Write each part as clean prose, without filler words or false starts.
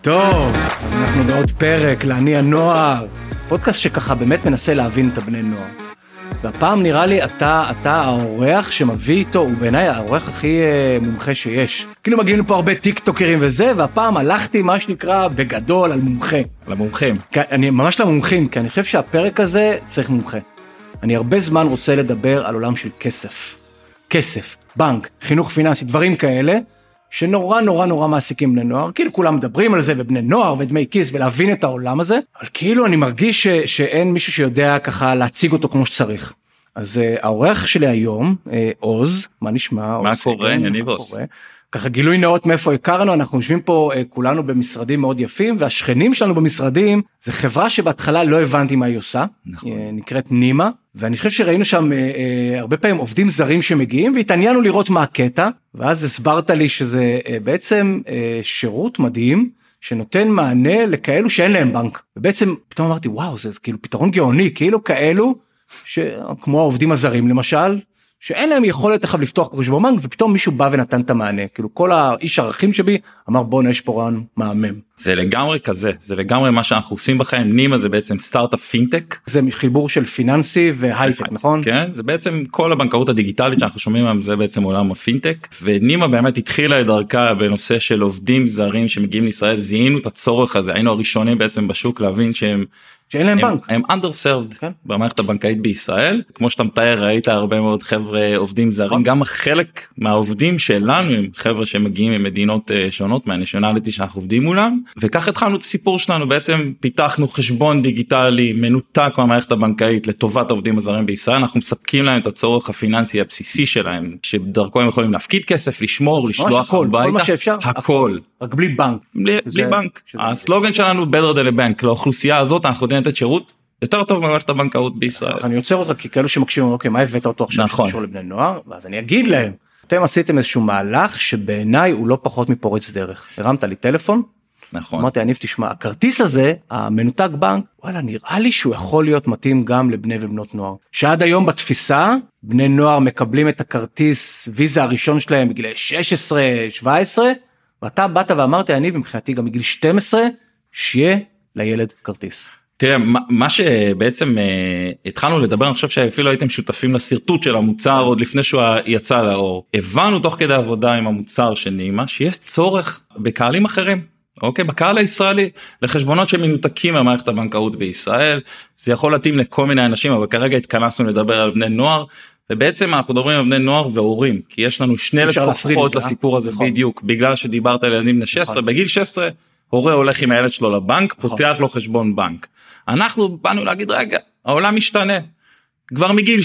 טוב, אנחנו בעוד פרק לעני הנוער, פודקאסט שככה באמת מנסה להבין את הבני נוער. והפעם נראה לי אתה האורח שמביא איתו, הוא בעיניי האורח הכי מומחה שיש. כאילו מגיעים לפה הרבה טיקטוקרים וזה, והפעם הלכתי מה שנקרא בגדול על מומחה. על המומחים. אני ממש למומחים, כי אני חושב שהפרק הזה צריך מומחה. אני הרבה זמן רוצה לדבר על עולם של כסף. כסף, בנק, חינוך פיננסי, דברים כאלה, שנורא נורא נורא מעסיקים בני נוער, כאילו כולם מדברים על זה ובני נוער ודמי כיס ולהבין את העולם הזה, אבל כאילו אני מרגיש שאין מישהו שיודע ככה להציג אותו כמו שצריך. אז האורח שלי היום, עוז, מה נשמע? מה קורה? יניב עוז. ככה גילוי נאות מאיפה הכרנו, אנחנו יושבים פה כולנו במשרדים מאוד יפים, והשכנים שלנו במשרדים, זה חברה שבהתחלה לא הבנתי מה היא עושה, נקראת נימה, ואני חושב שראינו שם הרבה פעמים עובדים זרים שמגיעים, והתעניינו לראות מה הקטע, ואז הסברת לי שזה בעצם שירות מדהים, שנותן מענה לכאלו שאין להם בנק, ובעצם פתאום אמרתי וואו, זה כאילו פתרון גאוני, כאילו כאלו, כמו העובדים הזרים למשל, שאין להם יכולת עכשיו לפתוח חשבון בנק, ופתאום מישהו בא ונתן את המענה, כאילו כל האיש הערכים שבי אמר בוא יש פה רעיון מהמם. זה לגמרי כזה, זה לגמרי מה שאנחנו עושים בחיים. נימה זה בעצם סטארט-אפ פינטק. זה חיבור של פיננסי והייטק, נכון? כן, זה בעצם כל הבנקאות הדיגיטלית שאנחנו שומעים עליהם, זה בעצם עולם הפינטק, ונימה באמת התחילה את דרכה בנושא של עובדים זרים שמגיעים לישראל, זיהינו את הצורך הזה, היינו הראשונים בעצם בשוק להבין שאין להם בנק. הם underserved במערכת הבנקאית בישראל, כמו שאתה מתאר, ראית הרבה מאוד חבר'ה עובדים זרים, גם חלק מהעובדים שלנו הם חבר'ה שמגיעים ממדינות שונות, מהנשיונליטי שאנחנו עובדים מולם, וכך התחלנו את הסיפור שלנו, בעצם פיתחנו חשבון דיגיטלי מנותק מהמערכת הבנקאית לטובת העובדים הזרים בישראל, אנחנו מספקים להם את הצורך הפיננסי הבסיסי שלהם, שדרכו הם יכולים להפקיד כסף, לשמור, לשלוח הביתה, כל מה שאפשר, הכל. רק בלי בנק. בלי בנק. הסלוגן שלנו better than a bank, לאוכלוסייה הזאת אנחנו יודעים לתת שירות יותר טוב ממערכת הבנקאות בישראל. אני יוצר אותך כי כאלו שמקשיבים, אוקיי, מה הבאת אותו עכשיו שקשור לבני נוער? ואז אני אגיד להם, אתם עשיתם איזשהו מהלך שבעיניי הוא לא פחות מפורץ דרך. הרמת לי טלפון, אמרתי, אני תשמע, הכרטיס הזה, המנותק בנק, וואלה, נראה לי שהוא יכול להיות מתאים גם לבני ובנות נוער. שעד היום בתפיסה, בני נוער מקבלים את הכרטיס ויזה הראשון שלהם בגיל 16, 17, ואתה באת ואמרתי, אני מבחינתי גם בגיל 12, שיהיה לילד כרטיס. תראה, מה שבעצם התחלנו לדבר, אני חושב שאפילו הייתם שותפים לסרטוט של המוצר עוד לפני שהוא יצא לאור. הבנו תוך כדי עבודה עם המוצר של נימה, שיש צורך בקהלים אחרים. אוקיי, בקהל הישראלי, לחשבונות שמנותקים מהמערכת הבנקאות בישראל, זה יכול להתאים לכל מיני אנשים, אבל כרגע התכנסנו לדבר על בני נוער, ובעצם אנחנו מדברים על בני נוער והורים, כי יש לנו שני לקוחות לסיפור הזה בדיוק, בגלל שדיברת על ילדים בני 16, בגיל 16, הורה הולך עם הילד שלו לבנק, פותח לו חשבון בנק. אנחנו באנו להגיד, רגע, העולם משתנה. כבר מגיל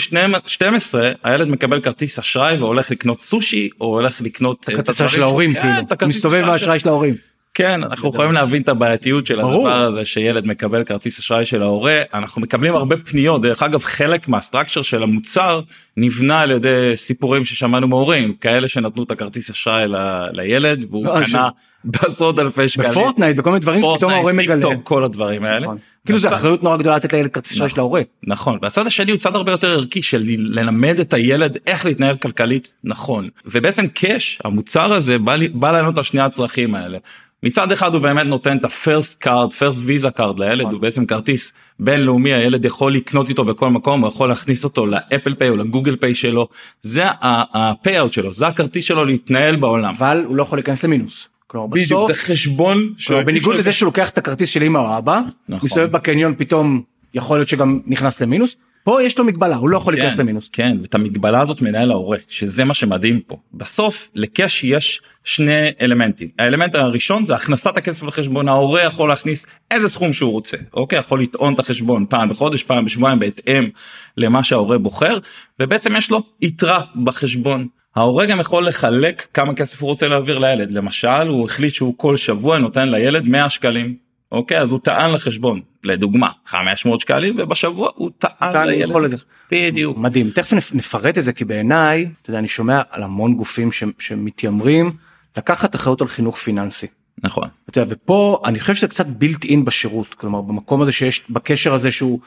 12, הילד מקבל כרטיס אשראי, והולך לקנות סושי, או הולך לקנות הכרטיס של ההורים, כאילו, מסתובב באשראי של ההורים. כן, אנחנו יכולים להבין את הבעייתיות של הדבר הזה, שילד מקבל כרטיס אשראי של ההורה, אנחנו מקבלים הרבה פניות, דרך אגב חלק מהסטרקצ'ר של המוצר, נבנה על ידי סיפורים ששמענו מהורים, כאלה שנתנו את הכרטיס אשראי לילד, והוא קנה בעשרות אלפי שקלים. בפורטנייט, בכל מיני דברים, פתאום ההורים מגלה. כל הדברים האלה. כאילו זה אחריות נורא גדולה לתת לילד כרטיס אשראי של ההורה. נכון, והצד השני הוא צד הרבה יותר ערכי, של ללמד את הילד איך להתנהל כלכלית נכון. ובעצם קאש, המוצר הזה, בא לענות על שני הצרכים האלה. מצד אחד הוא באמת נותן את ה-first visa card לילד, הוא בעצם כרטיס בינלאומי, הילד יכול לקנות איתו בכל מקום, הוא יכול להכניס אותו לאפל פיי או לגוגל פיי שלו, זה ה-payout שלו, זה הכרטיס שלו להתנהל בעולם. אבל הוא לא יכול להיכנס למינוס. בדיוק, זה חשבון. בניגוד לזה שהוא לוקח את הכרטיס של אמא או אבא, מסתובב בקניון פתאום יכול להיות שגם נכנס למינוס, פה יש לו מגבלה, הוא לא יכול להיכנס למינוס. כן, ואת המגבלה הזאת מנהל ההורה, שזה מה שמדהים פה. בסוף, לקאש יש שני אלמנטים. האלמנט הראשון זה הכנסת הכסף לחשבון, ההורה יכול להכניס איזה סכום שהוא רוצה, אוקיי? יכול לטעון את החשבון פעם בחודש, פעם בשבועיים, בהתאם למה שההורה בוחר, ובעצם יש לו יתרה בחשבון. ההורה גם יכול לחלק כמה כסף הוא רוצה להעביר לילד. למשל, הוא החליט שהוא כל שבוע נותן לילד 100 שקלים. אוקיי, אז הוא טען לחשבון, לדוגמה, 500 שקלים, ובשבוע הוא טען לילד. בדיוק. מדהים, תכף נפרט את זה, כי בעיניי, אתה יודע, אני שומע על המון גופים שמתיימרים לקחת אחריות על חינוך פיננסי. נכון. אתה יודע, ופה אני חושב שזה קצת בילט אין בשירות, כלומר, במקום הזה שיש, בקשר הזה שהוא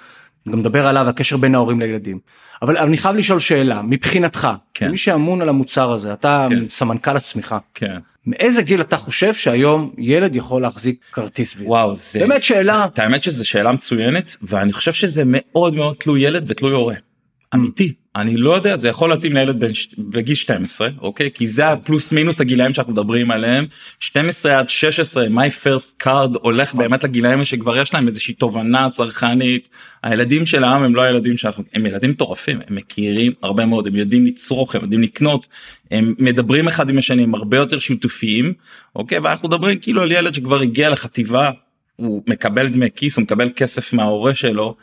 גם מדבר עליו, הקשר בין ההורים לילדים. אבל אני חייב לשאול שאלה, מבחינתך, מי שאמון על המוצר הזה, אתה סמנכ"ל עצמך, מאיזה גיל אתה חושב שהיום ילד יכול להחזיק כרטיס ויזה? וואו, זה באמת שאלה. האמת שזו שאלה מצוינת, ואני חושב שזה מאוד מאוד תלוי ילד ותלוי הורה. אמיתי. אני לא יודע, זה יכול להתאים לילד בגיל 12, אוקיי? כי זה הפלוס מינוס הגילאים שאנחנו מדברים עליהם. 12 עד 16, my first card הולך באמת לגילאים שכבר יש להם איזושהי תובנה צרכנית. הילדים של העם הם לא הילדים שאנחנו, הם ילדים מטורפים, הם מכירים הרבה מאוד, הם יודעים לצרוך, הם יודעים לקנות, הם מדברים אחד עם השני, הם הרבה יותר שיתופיים, אוקיי? ואנחנו מדברים כאילו על ילד שכבר הגיע לחטיבה, הוא מקבל דמי כיס, הוא מקבל כסף מההורה שלו,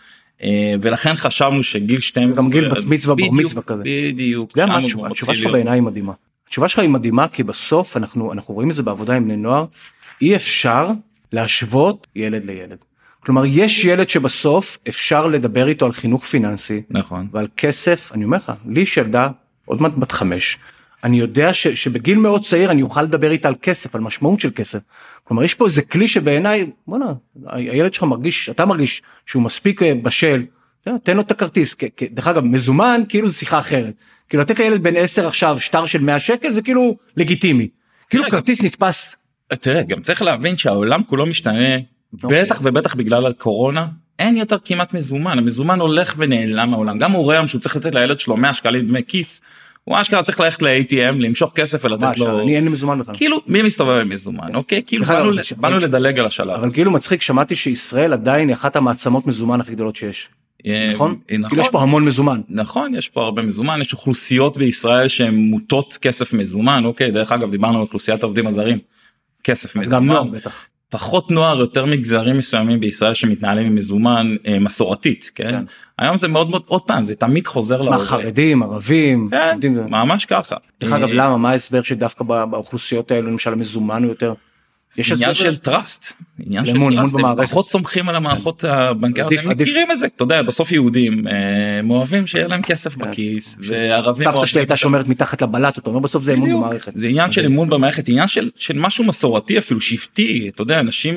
ולכן חשבנו שגיל 12 גם גיל בת מצווה בר מצווה כזה. בדיוק. התשובה שלך בעיניי היא מדהימה. התשובה שלך היא מדהימה כי בסוף אנחנו רואים את זה בעבודה עם בני נוער, אי אפשר להשוות ילד לילד. כלומר יש ילד שבסוף אפשר לדבר איתו על חינוך פיננסי, נכון. ועל כסף. אני אומר לך, לי יש ילדה עוד מעט בת 5, אני יודע שבגיל מאוד צעיר אני אוכל לדבר איתה על כסף, על משמעות של כסף. כלומר יש פה איזה כלי שבעיניי, בוא'נה, הילד שלך מרגיש, אתה מרגיש שהוא מספיק בשל, תן לו את הכרטיס, דרך אגב מזומן כאילו זה שיחה אחרת, כאילו לתת לילד בן 10 עכשיו שטר של 100 שקל זה כאילו לגיטימי, כאילו כרטיס נתפס. תראה, גם צריך להבין שהעולם כולו משתנה, בטח ובטח בגלל הקורונה, אין יותר כמעט מזומן, המזומן הולך ונעלם מהעולם, גם הורה שהוא צריך לתת לילד שלו 100 שקלים דמי כיס, הוא אשכרה צריך ללכת ל-ATM, למשוך כסף ולתת לו... אני אין לי מזומן בכלל. כאילו, מי מסתובב עם מזומן, אוקיי? כאילו, באנו לדלג על השלב. אבל כאילו מצחיק, שמעתי שישראל עדיין היא אחת המעצמות מזומן הכי גדולות שיש. נכון? כאילו יש פה המון מזומן. נכון, יש פה הרבה מזומן, יש אוכלוסיות בישראל שהן מוטות כסף מזומן, אוקיי? דרך אגב, דיברנו על אוכלוסיית העובדים הזרים. כסף מזומן. אז גם נוער, בטח. פחות נוער, יותר מגזרים מסוימים בישראל שמתנהלים עם מזומן מסורתית, כן? היום זה מאוד מאוד, עוד פעם, זה תמיד חוזר להורה. חרדים, ערבים. כן, ממש ככה. דרך אגב, למה? מה ההסבר שדווקא באוכלוסיות האלו, למשל המזומן הוא יותר? יש עניין של טראסט, עניין של טראסט, הם פחות סומכים על המערכות הבנקאיות, הם מכירים את זה, אתה יודע, בסוף יהודים אוהבים שיהיה להם כסף בכיס, וערבים... סבתא שלי הייתה שומרת מתחת לבלט, אתה אומר בסוף זה אמון במערכת. זה עניין של אמון במערכת, עניין של משהו מסורתי אפילו, שבטי, אתה יודע, אנשים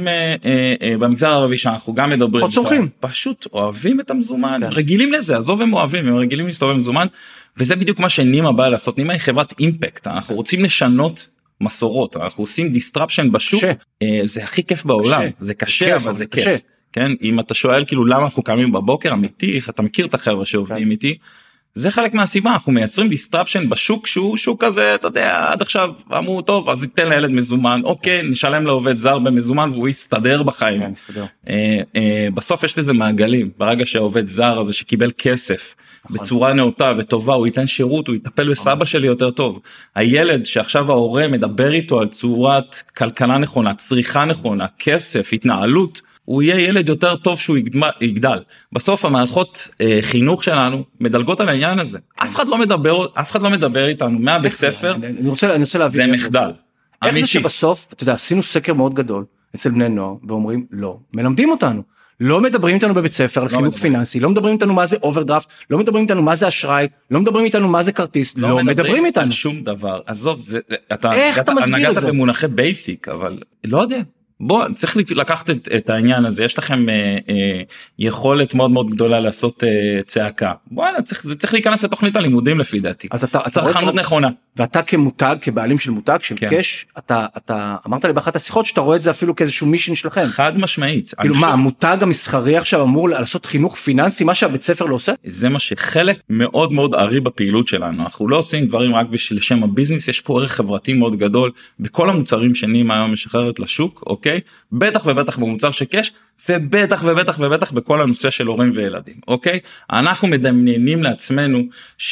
במגזר הערבי שאנחנו גם מדברים, פשוט אוהבים את המזומן, רגילים לזה, עזוב הם אוהבים, הם רגילים להסתובב מזומן, וזה בדיוק מה שנימה באה לעשות, נימה היא חברת אימפקט, אנחנו רוצים לשנות מסורות, אנחנו עושים דיסטרפשן בשוק, זה הכי כיף בעולם, זה קשה אבל זה כיף, כן? אם אתה שואל כאילו למה אנחנו קמים בבוקר, אמיתי, אתה מכיר את החבר'ה שעובדים איתי, זה חלק מהסיבה, אנחנו מייצרים דיסטרפשן בשוק שהוא שוק כזה, אתה יודע, עד עכשיו אמרו טוב, אז ניתן לילד מזומן, אוקיי, נשלם לעובד זר במזומן והוא יסתדר בחיים. בסוף יש לזה מעגלים, ברגע שהעובד זר הזה שקיבל כסף, בצורה נאותה וטובה, הוא ייתן שירות, הוא יטפל בסבא שלי יותר טוב. הילד שעכשיו ההורה מדבר איתו על צורת כלכלה נכונה, צריכה נכונה, כסף, התנהלות, הוא יהיה ילד יותר טוב שהוא יגדל. בסוף המערכות חינוך שלנו מדלגות על העניין הזה. אף אחד לא מדבר איתנו מהבית ספר. אני רוצה להבין. זה מחדל. איך זה שבסוף, אתה יודע, עשינו סקר מאוד גדול אצל בני נוער, ואומרים לא, מלמדים אותנו. לא מדברים איתנו בבית ספר על חינוך פיננסי, לא מדברים איתנו מה זה אוברדרפט, לא מדברים איתנו מה זה אשראי, לא מדברים איתנו מה זה כרטיס, לא מדברים איתנו. על שום דבר, עזוב, איך אתה מסביר את זה? נגעת במונחי בייסיק, אבל לא יודע. בוא, צריך לקחת את העניין הזה, יש לכם יכולת מאוד מאוד גדולה לעשות צעקה. בוא, זה צריך להיכנס לתוכנית הלימודים לפי דעתי. צרכנות נכונה. ואתה כמותג, כבעלים של מותג, של קש, אתה אמרת לי באחת השיחות שאתה רואה את זה אפילו כאיזשהו מישן שלכם. חד משמעית. כאילו מה, המותג המסחרי עכשיו אמור לעשות חינוך פיננסי, מה שהבית ספר לא עושה? זה מה שחלק מאוד מאוד ערי בפעילות שלנו. אנחנו לא עושים דברים רק בשביל שם הביזנס, יש פה ערך חברתי מאוד גדול בכל המוצרים שנימה היום משחררת לשוק, אוקיי? בטח ובטח במוצר שקש, ובטח ובטח ובטח בכל הנושא של הורים וילדים, אוקיי? אנחנו מדמיינים לעצמנו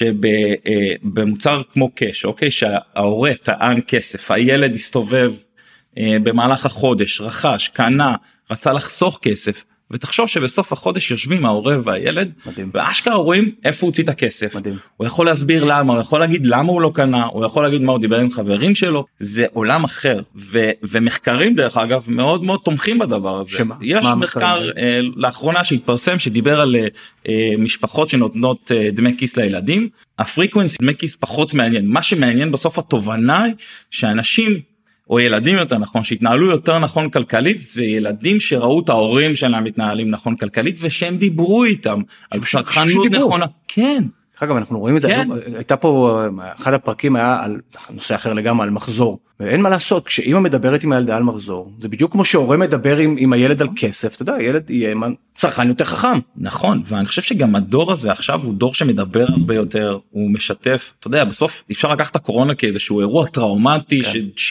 שבמוצר כמו קש, אוקיי? שההורה טען כסף, הילד הסתובב במהלך החודש, רכש, קנה, רצה לחסוך כסף, ותחשוב שבסוף החודש יושבים ההורה והילד, ואשכרה רואים איפה הוא הוציא את הכסף. מדהים. הוא יכול להסביר למה, הוא יכול להגיד למה הוא לא קנה, הוא יכול להגיד מה הוא דיבר עם חברים שלו, זה עולם אחר, ומחקרים דרך אגב מאוד מאוד תומכים בדבר הזה. שמה? יש מחקר לאחרונה שהתפרסם שדיבר על משפחות שנותנות דמי כיס לילדים, הפריקוונסי דמי כיס פחות מעניין, מה שמעניין בסוף התובנה היא שאנשים או ילדים יותר נכון, שהתנהלו יותר נכון כלכלית, זה ילדים שראו את ההורים שלהם מתנהלים נכון כלכלית, ושהם דיברו איתם, על צרכנות נכונה. כן. אגב, אנחנו רואים את זה, הייתה פה, אחד הפרקים היה על נושא אחר לגמרי, על מחזור, ואין מה לעשות, כשאמא מדברת עם הילדה על מחזור, זה בדיוק כמו שהורה מדבר עם הילד על כסף, אתה יודע, הילד יהיה צרכן יותר חכם. נכון, ואני חושב שגם הדור הזה עכשיו הוא דור שמדבר הרבה יותר, הוא משתף, אתה יודע, בסוף אפשר לקחת את הקורונה כאיזשהו אירוע טראומטי,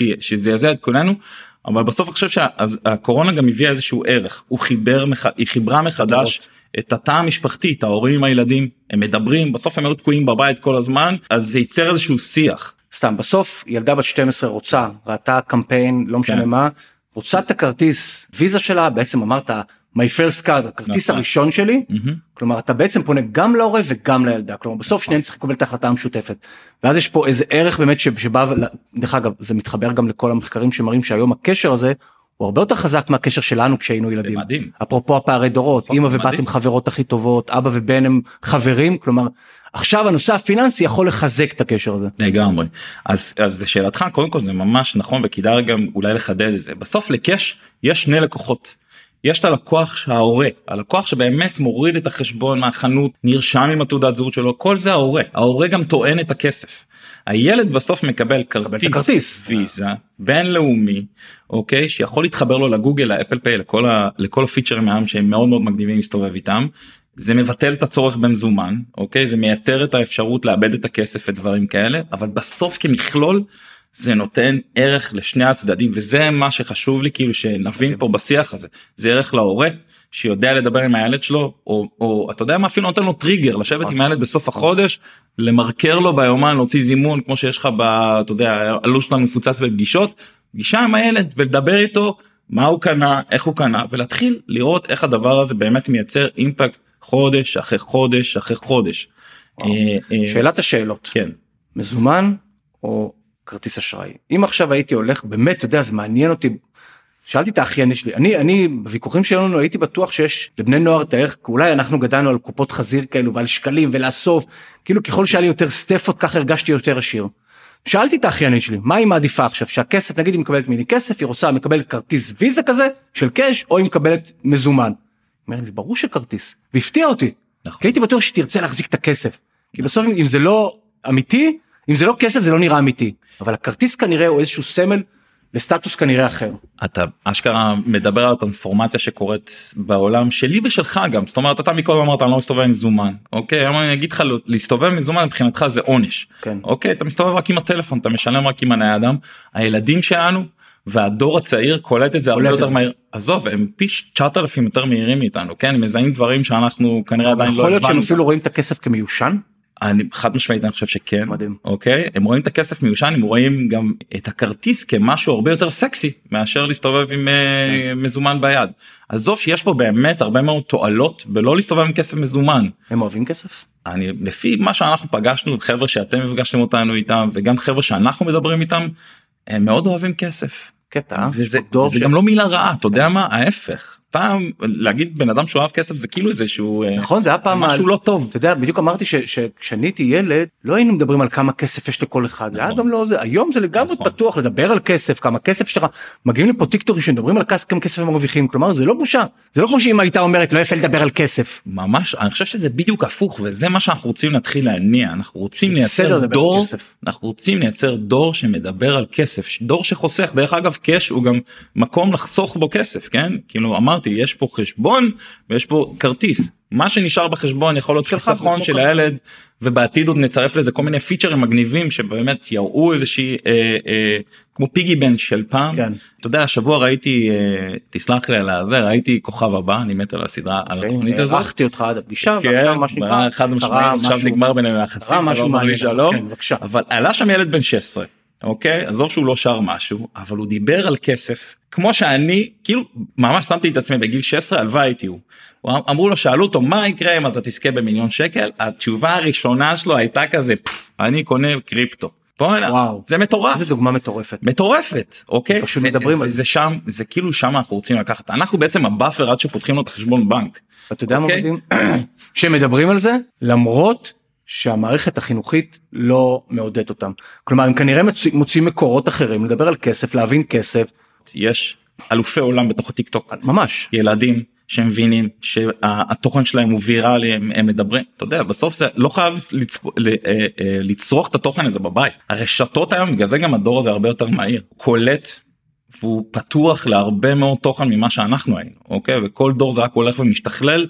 שזעזע את כולנו, אבל בסוף אני חושב שהקורונה גם הביאה איזשהו ערך, היא חיברה מחדש, את התא המשפחתי, את ההורים עם הילדים, הם מדברים, בסוף הם היו תקועים בבית כל הזמן, אז זה ייצר איזשהו שיח. סתם, בסוף ילדה בת 12 רוצה, ראתה קמפיין, לא משנה מה, רוצה את הכרטיס ויזה שלה, בעצם אמרת, my first card, הכרטיס הראשון שלי, כלומר, אתה בעצם פונה גם להורה וגם לילדה, כלומר, בסוף שניהם צריך לקבל את ההחלטה המשותפת, ואז יש פה איזה ערך באמת שבא, דרך אגב, זה מתחבר גם לכל המחקרים שמראים שהיום הקשר הזה, הוא הרבה יותר חזק מהקשר שלנו כשהיינו ילדים. זה מדהים. אפרופו הפערי דורות, אמא ובת הם חברות הכי טובות, אבא ובן הם חברים, כלומר, עכשיו הנושא הפיננסי יכול לחזק את הקשר הזה. לגמרי. אז לשאלתך, קודם כל זה ממש נכון, וכדאי גם אולי לחדד את זה. בסוף לקש יש שני לקוחות. יש את הלקוח ההורה, הלקוח שבאמת מוריד את החשבון מהחנות, נרשם עם התעודת זהות שלו, כל זה ההורה. ההורה גם טוען את הכסף. הילד בסוף מקבל כרטיס ויזה בינלאומי, אוקיי, שיכול להתחבר לו לגוגל, לאפל פיי, לכל הפיצ'רים מהם שהם מאוד מאוד מגניבים להסתובב איתם. זה מבטל את הצורך במזומן, אוקיי, זה מייתר את האפשרות לאבד את הכסף ודברים כאלה, אבל בסוף כמכלול זה נותן ערך לשני הצדדים, וזה מה שחשוב לי כאילו שנבין פה בשיח הזה, זה ערך להורה, שיודע לדבר עם הילד שלו, או אתה יודע מה, אפילו נותן לו טריגר, לשבת עם הילד בסוף החודש, למרקר לו ביומן, להוציא זימון, כמו שיש לך, אתה יודע, הלו"ז שלנו מפוצץ בפגישות, פגישה עם הילד, ולדבר איתו, מה הוא קנה, איך הוא קנה, ולהתחיל לראות איך הדבר הזה באמת מייצר אימפקט, חודש אחרי חודש אחרי חודש. שאלת השאלות. כן. מזומן או כרטיס אשראי? אם עכשיו הייתי הולך, באמת, אתה יודע, זה מעניין אותי, שאלתי את האחייני שלי, אני בוויכוחים שלנו הייתי בטוח שיש לבני נוער את הערך, אולי אנחנו גדלנו על קופות חזיר כאלו ועל שקלים ולאסוף, כאילו ככל שהיה לי יותר סטפות ככה הרגשתי יותר עשיר. שאלתי את האחייני שלי, מה היא מעדיפה עכשיו, שהכסף, נגיד היא מקבלת מיני כסף, היא רוצה, מקבלת כרטיס ויזה כזה של קש, או היא מקבלת מזומן. אומר לי, ברור שכרטיס, והפתיע אותי, כי הייתי בטוח שתרצה להחזיק את הכסף, כי בסוף אם זה לא אמיתי, אם זה לא כסף זה לא נראה אמיתי, אבל הכרטיס כנראה הוא איזשהו סמל, לסטטוס כנראה אחר. אתה אשכרה מדבר על הטרנספורמציה שקורית בעולם שלי ושלך גם, זאת אומרת אתה מקודם אמרת אני לא מסתובב עם מזומן, אוקיי, היום אני אגיד לך להסתובב עם מזומן מבחינתך זה עונש, כן. אוקיי, אתה מסתובב רק עם הטלפון, אתה משלם רק עם הנייד, הילדים שלנו והדור הצעיר קולט את זה הרבה יותר מהיר, עזוב, הם פי 9,000 יותר מהירים מאיתנו, כן, הם מזהים דברים שאנחנו כנראה עדיין לא הבנו. יכול להיות שהם אפילו רואים את הכסף כמיושן? אני חד משמעית אני חושב שכן. מדהים. אוקיי, הם רואים את הכסף מיושן, הם רואים גם את הכרטיס כמשהו הרבה יותר סקסי מאשר להסתובב עם מזומן ביד. עזוב שיש פה באמת הרבה מאוד תועלות בלא להסתובב עם כסף מזומן. הם אוהבים כסף? לפי מה שאנחנו פגשנו, חבר'ה שאתם הפגשתם אותנו איתם וגם חבר'ה שאנחנו מדברים איתם, הם מאוד אוהבים כסף. קטע. וזה גם לא מילה רעה, אתה יודע מה? ההפך. פעם להגיד בן אדם שאוהב כסף זה כאילו איזשהו נכון, זה היה פעם משהו לא טוב. אתה יודע, בדיוק אמרתי שכשאני הייתי ילד לא היינו מדברים על כמה כסף יש לכל אחד, זה היה גם לא זה, היום זה לגמרי פתוח לדבר על כסף, כמה כסף שלך, מגיעים לפה טיקטוקים שמדברים על כמה כסף הם מרוויחים, כלומר זה לא בושה, זה לא כמו שאמא הייתה אומרת לא יפה לדבר על כסף. ממש, אני חושב שזה בדיוק הפוך, וזה מה שאנחנו רוצים להתחיל להניע, אנחנו רוצים לייצר דור שמדבר על כסף, דור שחוסך, דרך אגב קש הוא גם מקום לחסוך בו כסף, כן? כאילו אמרתי, יש פה חשבון ויש פה כרטיס, מה שנשאר בחשבון יכול להיות חיסכון של הילד, ובעתיד עוד נצרף לזה כל מיני פיצ'רים מגניבים שבאמת יראו איזושהי כמו פיגי בנק של פעם. כן. אתה יודע, השבוע ראיתי, תסלח לי על זה, ראיתי כוכב הבא, אני מת על הסדרה, על התוכנית הזאת. ערכתי אותך עד הפגישה, ועכשיו מה שנקרא, עכשיו נגמר בינינו היחסים, אבל עלה שם ילד בן 16, אוקיי, עזוב שהוא לא שר משהו, אבל הוא דיבר על כסף, כמו שאני, כאילו, ממש שמתי את עצמי בגיל 16, הלווה איתי הוא. אמרו לו, שאלו אותו, מה יקרה אם אתה תזכה ב1,000,000 שקל? התשובה הראשונה שלו הייתה כזה, אני קונה קריפטו. וואו. זה מטורף. זו דוגמה מטורפת. מטורפת, אוקיי? פשוט מדברים על זה. זה כאילו שם אנחנו רוצים לקחת. אנחנו בעצם הבאפר עד שפותחים לו את החשבון בנק. אתה יודע מה מדהים? שמדברים על זה, למרות שהמערכת החינוכית לא מעודדת אותם. כלומר, הם כנראה מוצאים מקורות אחרים, לדבר על כסף, להבין כסף. יש אלופי עולם בתוך הטיק טוק. ממש. ילדים שמבינים שהתוכן שלהם הוא ויראלי, הם מדברים, אתה יודע, בסוף זה לא חייב לצרוך את התוכן הזה בבית. הרשתות היום, בגלל זה גם הדור הזה הרבה יותר מהיר, קולט והוא פתוח להרבה מאוד תוכן ממה שאנחנו היינו, אוקיי? וכל דור זה רק הולך ומשתכלל,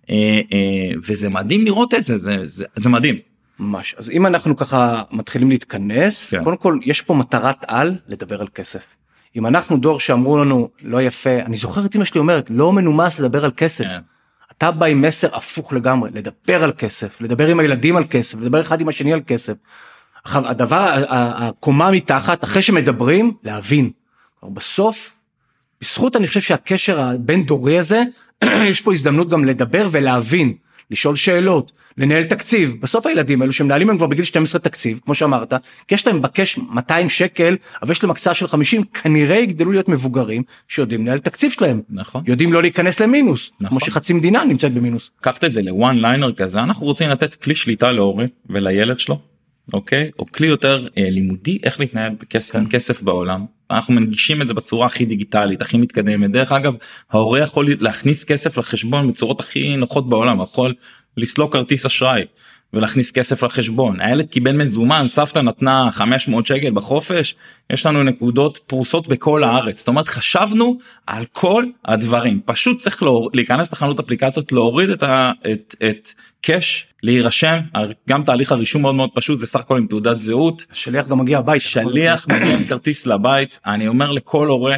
וזה מדהים לראות את זה, זה מדהים. ממש. אז אם אנחנו ככה מתחילים להתכנס, כן. קודם כל יש פה מטרת על לדבר על כסף. אם אנחנו דור שאמרו לנו לא יפה, אני זוכר את אמא שלי אומרת, לא מנומס לדבר על כסף. כן. אתה בא עם מסר הפוך לגמרי, לדבר על כסף, לדבר עם הילדים על כסף, לדבר אחד עם השני על כסף. עכשיו, הדבר, הקומה מתחת, אחרי שמדברים, להבין. בסוף, בזכות אני חושב שהקשר הבין דורי הזה, יש פה הזדמנות גם לדבר ולהבין, לשאול שאלות, לנהל תקציב. בסוף הילדים האלו שמנהלים הם כבר בגיל 12 תקציב, כמו שאמרת, כי יש להם בקש 200 שקל, אבל יש להם הקצאה של 50, כנראה יגדלו להיות מבוגרים שיודעים לנהל תקציב שלהם. נכון. יודעים לא להיכנס למינוס, נכון. כמו שחצי מדינה נמצאת במינוס. קחת את זה לוואן ליינר כזה, אנחנו רוצים לתת כלי שליטה להורים ולילד שלו, אוקיי? או כלי יותר לימודי, איך להתנהל עם כסף בעולם. אנחנו מנגישים את זה בצורה הכי דיגיטלית, הכי מתקדמת. דרך אגב, ההורה יכול להכניס כסף לחשבון בצורות הכי נוחות בעולם, יכול לסלוק כרטיס אשראי ולהכניס כסף לחשבון. הילד קיבל מזומן, סבתא נתנה 500 שקל בחופש, יש לנו נקודות פרוסות בכל הארץ. זאת אומרת, חשבנו על כל הדברים. פשוט צריך להיכנס לחנות אפליקציות, להוריד את קש, להירשם, גם תהליך הרישום מאוד מאוד פשוט, זה סך הכל עם תעודת זהות. השליח גם מגיע הבית. שליח מגיע עם כרטיס לבית, אני אומר לכל הורה,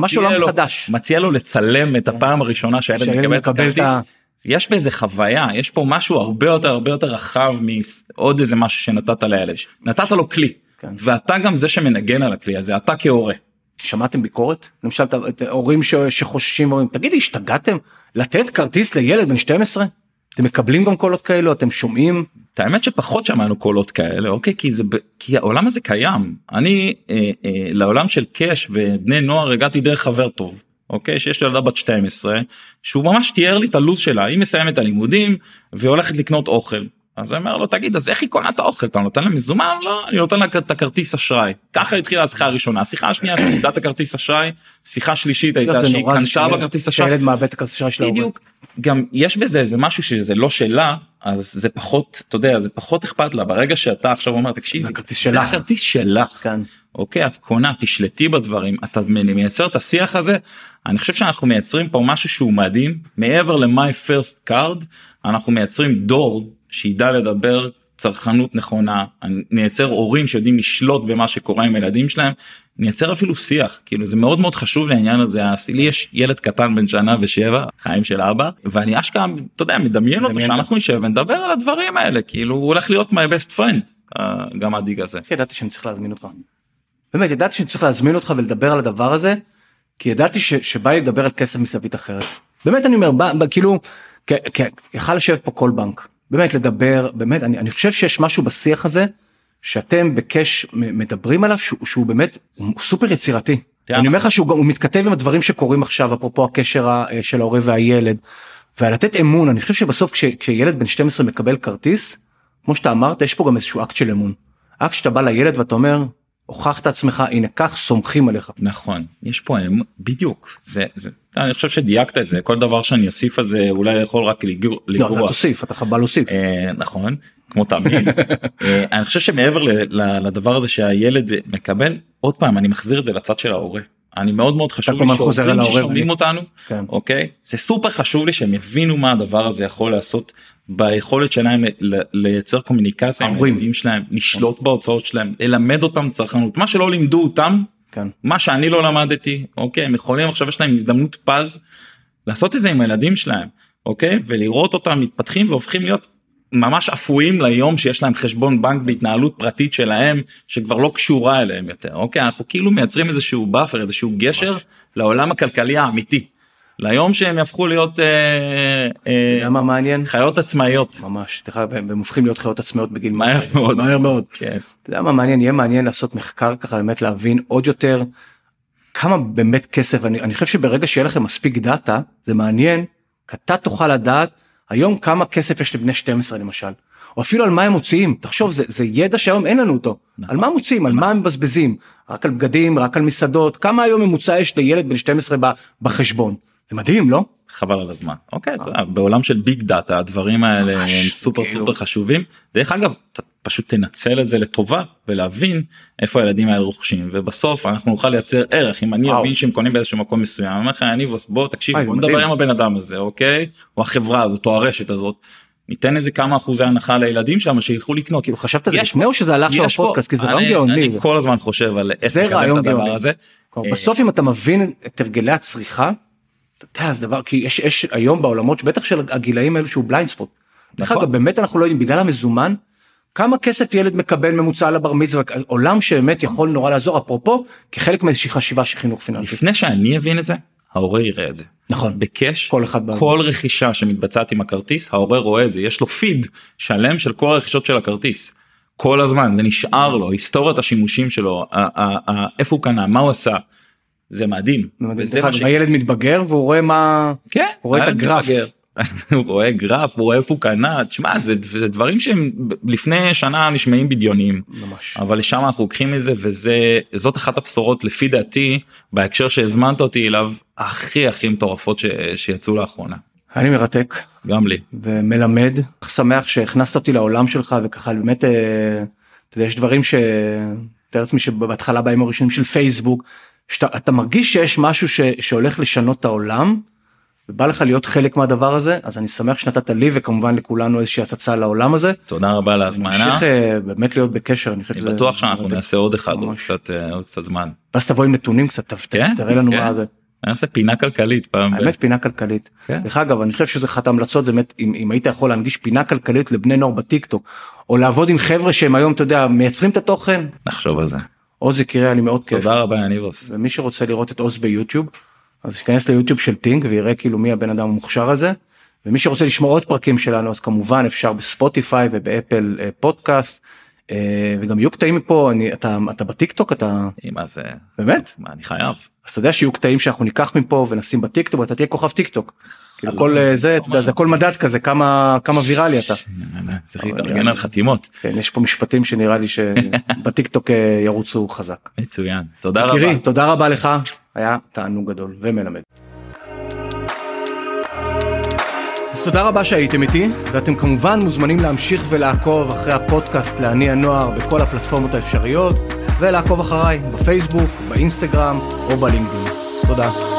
מציע לו לצלם את הפעם הראשונה שהילד מקבל את הכרטיס. יש באיזה חוויה, יש פה משהו הרבה יותר רחב מעוד איזה משהו שנתת לילד. נתת לו כלי, ואתה גם זה שמנגן על הכלי הזה, אתה כהורה. שמעתם ביקורת? למשל, הורים שחוששים, אומרים, תגידי, השתגעתם לתת כרטיס לילד בן 12? אתם מקבלים גם קולות כאלו, אתם שומעים? את האמת שפחות שמענו קולות כאלה, אוקיי? כי העולם הזה קיים. אני לעולם של קש ובני נוער הגעתי דרך חבר טוב. אוקיי, שיש לי ילדה בת 12, שהוא ממש תיאר לי את הלו"ז שלה, היא מסיימת את הלימודים, והולכת לקנות אוכל. אז אני אומר לו, תגיד, אז איך היא קונה את האוכל? אתה נותן לה מזומן? לא, אני נותן לה את הכרטיס אשראי. ככה התחילה השיחה הראשונה, השיחה השנייה שנדע את הכרטיס אשראי, שיחה שלישית הייתה שהיא קנתה בכרטיס אשראי. שילד מאבד את הכרטיס אשראי שלה. בדיוק, גם יש בזה איזה משהו שזה לא שלה, אז זה פחות, אתה יודע, זה פחות אכפת לה, ברגע שאתה עכשיו אומר, תקשיבי, זה הכרטיס שלך. אוקיי, את קונה, תשלטי בדברים, אתה מייצר את השיח הזה, אני חושב שאנחנו מייצרים פה משהו שהוא מדהים, מעבר ל-my first card, אנחנו מייצרים דור שידע לדבר צרכנות נכונה, נייצר הורים שיודעים לשלוט במה שקורה עם ילדים שלהם, נייצר אפילו שיח, כאילו זה מאוד מאוד חשוב לעניין הזה, לי יש ילד קטן בן 1.7, חיים של אבא, ואני אשכרה, אתה יודע, מדמיין אותו שאנחנו נשב ונדבר על הדברים האלה, כאילו הוא הולך להיות my best friend, גם הדיג הזה. ידעתי שאני צריך להזמין אותך. באמת, ידעתי שאני צריך להזמין אותך ולדבר על הדבר הזה, כי ידעתי שבא לי לדבר על כסף מסביט אחרת. באמת אני אומר, כאילו, יכל לשבת פה כל בנק, באמת לדבר, באמת, אני חושב שיש משהו בשיח הזה, שאתם בקש מדברים עליו, שהוא באמת, הוא סופר יצירתי. אני אומר לך שהוא מתכתב עם הדברים שקורים עכשיו, אפרופו הקשר של ההורה והילד, ולתת אמון, אני חושב שבסוף כשילד בן 12 מקבל כרטיס, כמו שאתה אמרת, יש פה גם איזשהו אקט של אמון. אקט שאתה בא לילד ואתה אומר, הוכח את עצמך, הנה כך סומכים עליך. נכון, יש פה בדיוק, אני חושב שדייקת את זה, כל דבר שאני אוסיף על זה אולי יכול רק לגרוע. לא, אתה תוסיף, אתה חבל להוסיף. נכון, כמו תמיד. אני חושב שמעבר לדבר הזה שהילד מקבל, עוד פעם אני מחזיר את זה לצד של ההורה. אני מאוד מאוד חשוב לי שהורים ששומעים אותנו, אוקיי? זה סופר חשוב לי שהם יבינו מה הדבר הזה יכול לעשות ביכולת שלהם לייצר קומוניקציה עם הילדים שלהם, לשלוט בהוצאות שלהם, ללמד אותם צרכנות, מה שלא לימדו אותם, מה שאני לא למדתי, אוקיי? הם יכולים עכשיו, יש להם הזדמנות פז לעשות את זה עם הילדים שלהם, אוקיי? ולראות אותם מתפתחים והופכים להיות ממש אפויים ליום שיש להם חשבון בנק בהתנהלות פרטית שלהם, שכבר לא קשורה אליהם יותר, אוקיי? אנחנו כאילו מייצרים איזשהו באפר, איזשהו גשר לעולם הכלכלי האמיתי. ליום שהם יהפכו להיות חיות עצמאיות. ממש, הם הופכים להיות חיות עצמאיות בגיל מהר מאוד. מהר מאוד. אתה יודע מה מעניין? יהיה מעניין לעשות מחקר ככה, באמת להבין עוד יותר כמה באמת כסף, אני חושב שברגע שיהיה לכם מספיק דאטה, זה מעניין, כי אתה תוכל לדעת היום כמה כסף יש לבני 12 למשל, או אפילו על מה הם מוציאים. תחשוב, זה ידע שהיום אין לנו אותו. על מה מוציאים, על מה הם מבזבזים, רק על בגדים, רק על מסעדות, כמה היום ממוצע יש לילד בן 12 בחשבון. זה מדהים, לא? חבל על הזמן. אוקיי, בעולם של ביג דאטה, הדברים האלה הם סופר סופר חשובים. דרך אגב, אתה פשוט תנצל את זה לטובה, ולהבין איפה הילדים האלה רוכשים, ובסוף אנחנו נוכל לייצר ערך, אם אני אבין שהם קונים באיזשהו מקום מסוים, אני אומר לך, יניבוס, בוא תקשיב, בוא נדבר עם הבן אדם הזה, אוקיי? או החברה הזאת, או הרשת הזאת, ניתן איזה כמה אחוזי הנחה לילדים שם, שילכו לקנות. כאילו חשבת זה לפני או שזה הלך שם בפודקאסט, כי זה רעיון גאוני. אני כל הזמן חושב על איך לקבל את הדבר הזה. בסוף אם אתה מבין את הרגלי הצריכה, אתה יודע, זה דבר, כי יש היום בעולמות, שבטח של הגילאים האלו שהוא בליינד ספוט. דרך אגב, באמת אנחנו לא יודעים, בגלל המזומן, כמה כסף ילד מקבל ממוצע על הבר מצווה, עולם שבאמת יכול נורא לעזור, אפרופו, כחלק מאיזושהי חשיבה של חינוך פיננסי. לפני שאני אבין את זה, ההורה יראה את זה. נכון. בקש, כל רכישה שמתבצעת עם הכרטיס, ההורה רואה את זה, יש לו פיד שלם של כל הרכישות של הכרטיס. כל הזמן, זה נשאר לו, היסטוריית השימושים שלו, איפה הוא קנה, מה הוא עשה. זה מדהים. הילד מתבגר והוא רואה מה, כן, הוא רואה את הגרף. הוא רואה גרף, הוא רואה איפה הוא קנה, תשמע, זה דברים שהם לפני שנה נשמעים בדיוניים, אבל לשם אנחנו לוקחים מזה, וזאת אחת הבשורות לפי דעתי, בהקשר שהזמנת אותי אליו, הכי מטורפות שיצאו לאחרונה. אני מרתק. גם לי. ומלמד, שמח שהכנסת אותי לעולם שלך, וככה באמת, אתה יודע, יש דברים תאר לעצמי שבהתחלה באים הראשונים של פייסבוק, אתה מרגיש שיש משהו שהולך לשנות את העולם, ובא לך להיות חלק מהדבר הזה, אז אני שמח שנתת לי וכמובן לכולנו איזושהי הצצה לעולם הזה. תודה רבה על ההזמנה. נמשיך באמת להיות בקשר, אני בטוח שאנחנו נעשה עוד אחד, עוד קצת זמן. ואז תבוא עם נתונים קצת, תראה לנו מה זה. אני אעשה פינה כלכלית פעם. האמת פינה כלכלית. דרך אגב, אני חושב שזה אחת ההמלצות, באמת, אם היית יכול להנגיש פינה כלכלית לבני נוער בטיקטוק, או לעבוד עם חבר'ה שהם היום, אתה יודע, מייצרים את התוכן. נחשוב על זה. עוז יקרה לי מאוד כיף. תודה רבה יניבוס. ומי שרוצה לראות את עוז ביוטיוב, אז יכנס ליוטיוב של טינק ויראה כאילו מי הבן אדם המוכשר הזה. ומי שרוצה לשמוע עוד פרקים שלנו, אז כמובן אפשר בספוטיפיי ובאפל פודקאסט. וגם יהיו קטעים מפה, אתה בטיקטוק, אתה... מה זה? באמת? מה, אני חייב. אז אתה יודע שיהיו קטעים שאנחנו ניקח מפה ונשים בטיקטוק, ואתה תהיה כוכב טיקטוק. כאילו כל זה, אתה יודע, זה הכל מדד כזה, כמה ויראלי אתה. צריך להתארגן על חתימות. כן, יש פה משפטים שנראה לי שבטיקטוק ירוצו חזק. מצוין, תודה רבה. קירי, תודה רבה לך, היה תענוג גדול ומלמד. תודה רבה שהייתם איתי, ואתם כמובן מוזמנים להמשיך ולעקוב אחרי הפודקאסט לעני הנוער בכל הפלטפורמות האפשריות, ולעקוב אחריי בפייסבוק, באינסטגרם או בלינקדאין. תודה.